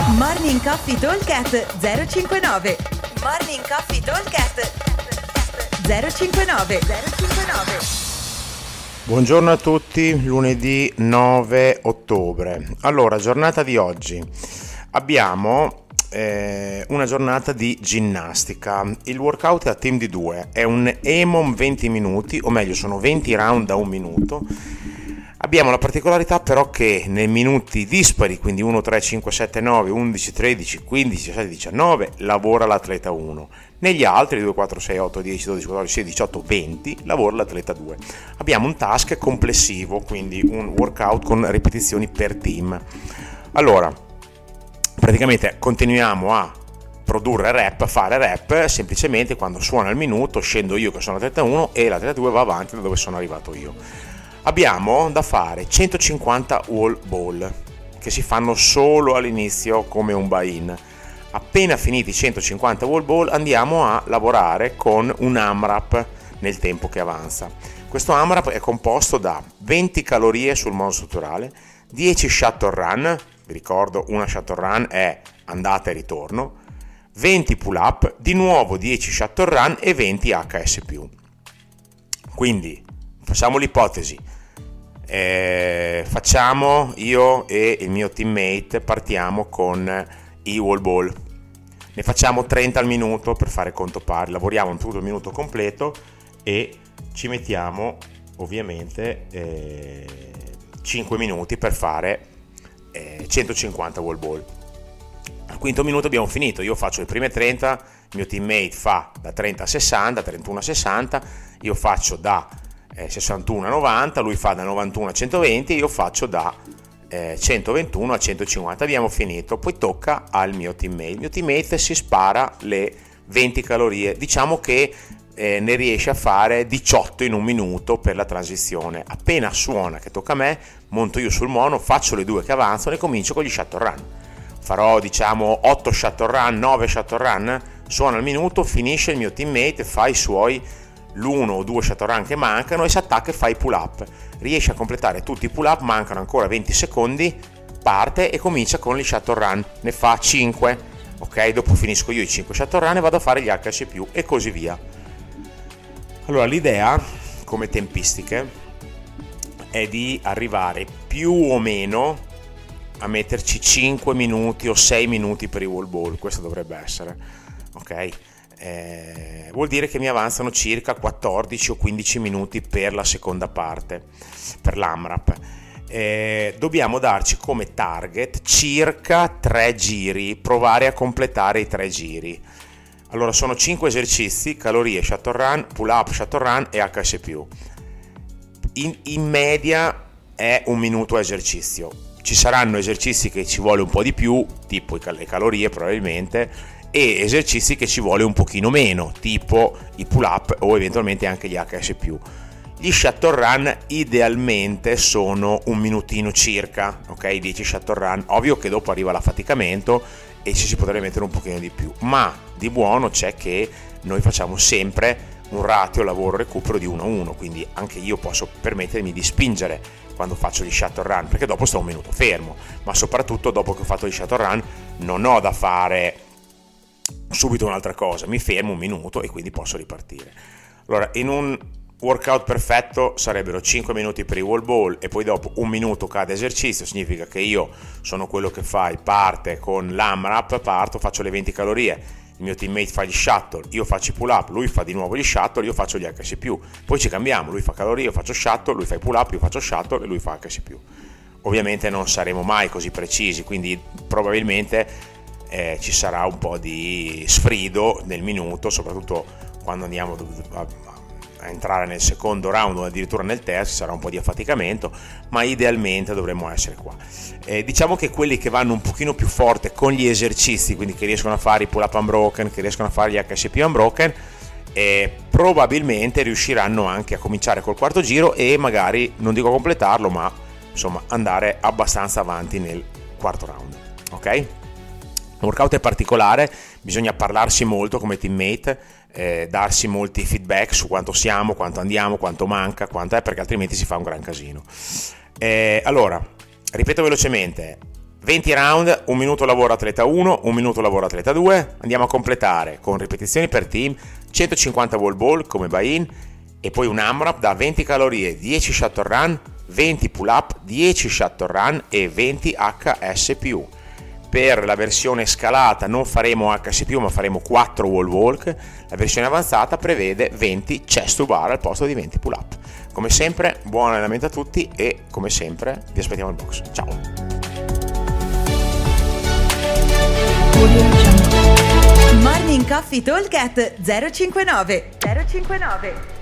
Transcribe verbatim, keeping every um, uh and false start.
Morning Coffee Talkcast zero cinquantanove. Morning Coffee Talkcast zero cinquantanove. zero cinquantanove. Buongiorno a tutti, lunedì nove ottobre. Allora, giornata di oggi. Abbiamo eh, una giornata di ginnastica. Il workout è a team di due, è un E M O M venti minuti, o meglio sono venti round da un minuto. Abbiamo la particolarità però che nei minuti dispari, quindi uno, tre, cinque, sette, nove, undici, tredici, quindici, diciassette, diciannove, lavora l'atleta uno. Negli altri due, quattro, sei, otto, dieci, dodici, quattordici, sedici, diciotto, venti lavora l'atleta due. Abbiamo un task complessivo, quindi un workout con ripetizioni per team. Allora, praticamente continuiamo a produrre rep, a fare rep, semplicemente quando suona il minuto scendo io che sono l'atleta uno e l'atleta due va avanti da dove sono arrivato io. Abbiamo da fare centocinquanta wall ball che si fanno solo all'inizio come un buy-in. Appena finiti i centocinquanta wall ball andiamo a lavorare con un AMRAP nel tempo che avanza. Questo AMRAP è composto da venti calorie sul modo strutturale, dieci shuttle run, vi ricordo una shuttle run è andata e ritorno, venti pull up, di nuovo dieci shuttle run e venti H S più. Quindi facciamo l'ipotesi. Eh, facciamo io e il mio teammate partiamo con i wall ball, ne facciamo trenta al minuto per fare conto pari, lavoriamo tutto il minuto completo e ci mettiamo ovviamente eh, cinque minuti per fare eh, centocinquanta wall ball. Al quinto minuto abbiamo finito, io faccio le prime trenta, il mio teammate fa da trenta a sessanta, trentuno a sessanta, io faccio da Eh, sessantuno a novanta, lui fa da novantuno a centoventi e io faccio da eh, centoventuno a centocinquanta. Abbiamo finito, poi tocca al mio teammate. Il mio teammate si spara le venti calorie, diciamo che eh, ne riesce a fare diciotto in un minuto per la transizione. Appena suona che tocca a me, monto io sul mono, faccio le due che avanzano e comincio con gli shuttle run. Farò diciamo otto shuttle run, nove shuttle run, suona il minuto, finisce il mio teammate, fa i suoi l'uno o due shuttle run che mancano e si attacca e fa i pull up, riesce a completare tutti i pull up, mancano ancora venti secondi, parte e comincia con gli shuttle run, ne fa cinque, ok, dopo finisco io i cinque shuttle run e vado a fare gli H S più e così via. Allora l'idea come tempistiche è di arrivare più o meno a metterci cinque minuti o sei minuti per i wall ball, questo dovrebbe essere, ok. Eh, vuol dire che mi avanzano circa quattordici o quindici minuti per la seconda parte, per l'AMRAP. Eh, dobbiamo darci come target circa tre giri, provare a completare i tre giri. Allora sono cinque esercizi, calorie, shuttle run, pull up, shuttle run e H S più. In, in media è un minuto a esercizio. Ci saranno esercizi che ci vuole un po' di più, tipo le calorie probabilmente, e esercizi che ci vuole un pochino meno, tipo i pull up o eventualmente anche gli H S più. Gli shuttle run idealmente sono un minutino circa, ok, dieci shuttle run. Ovvio che dopo arriva l'affaticamento e ci si potrebbe mettere un pochino di più, ma di buono c'è che noi facciamo sempre un ratio lavoro recupero di uno a uno, quindi anche io posso permettermi di spingere quando faccio gli shuttle run, perché dopo sto un minuto fermo, ma soprattutto dopo che ho fatto gli shuttle run non ho da fare subito un'altra cosa, mi fermo un minuto e quindi posso ripartire. Allora, in un workout perfetto sarebbero cinque minuti per i wall ball e poi dopo un minuto cada esercizio, significa che io sono quello che fa parte con l'AMRAP, parto, faccio le venti calorie, il mio teammate fa gli shuttle, io faccio i pull up, lui fa di nuovo gli shuttle, io faccio gli H S più, poi ci cambiamo, lui fa calorie, io faccio shuttle, lui fa i pull up, io faccio shuttle e lui fa H S più. Ovviamente non saremo mai così precisi, quindi probabilmente Eh, ci sarà un po' di sfrido nel minuto, soprattutto quando andiamo a, a entrare nel secondo round o addirittura nel terzo, ci sarà un po' di affaticamento, ma idealmente dovremmo essere qua. Eh, diciamo che quelli che vanno un pochino più forte con gli esercizi, quindi che riescono a fare i pull up unbroken, che riescono a fare gli H S più unbroken, eh, probabilmente riusciranno anche a cominciare col quarto giro e magari, non dico completarlo, ma insomma andare abbastanza avanti nel quarto round, ok? Il workout è particolare, bisogna parlarsi molto come teammate, eh, darsi molti feedback su quanto siamo, quanto andiamo, quanto manca, quanto è, perché altrimenti si fa un gran casino. Eh, allora, ripeto velocemente, venti round, un minuto lavoro atleta uno, un minuto lavoro atleta due, andiamo a completare con ripetizioni per team, centocinquanta wall ball come buy-in e poi un AMRAP da venti calorie, dieci shuttle run, venti pull up, dieci shuttle run e venti H S P U. Per la versione scalata non faremo H S P U ma faremo quattro wall walk, la versione avanzata prevede venti chest to bar al posto di venti pull up. Come sempre buon allenamento a tutti e come sempre vi aspettiamo in box. Ciao! Morning Coffee Talk at zero cinquantanove zero cinquantanove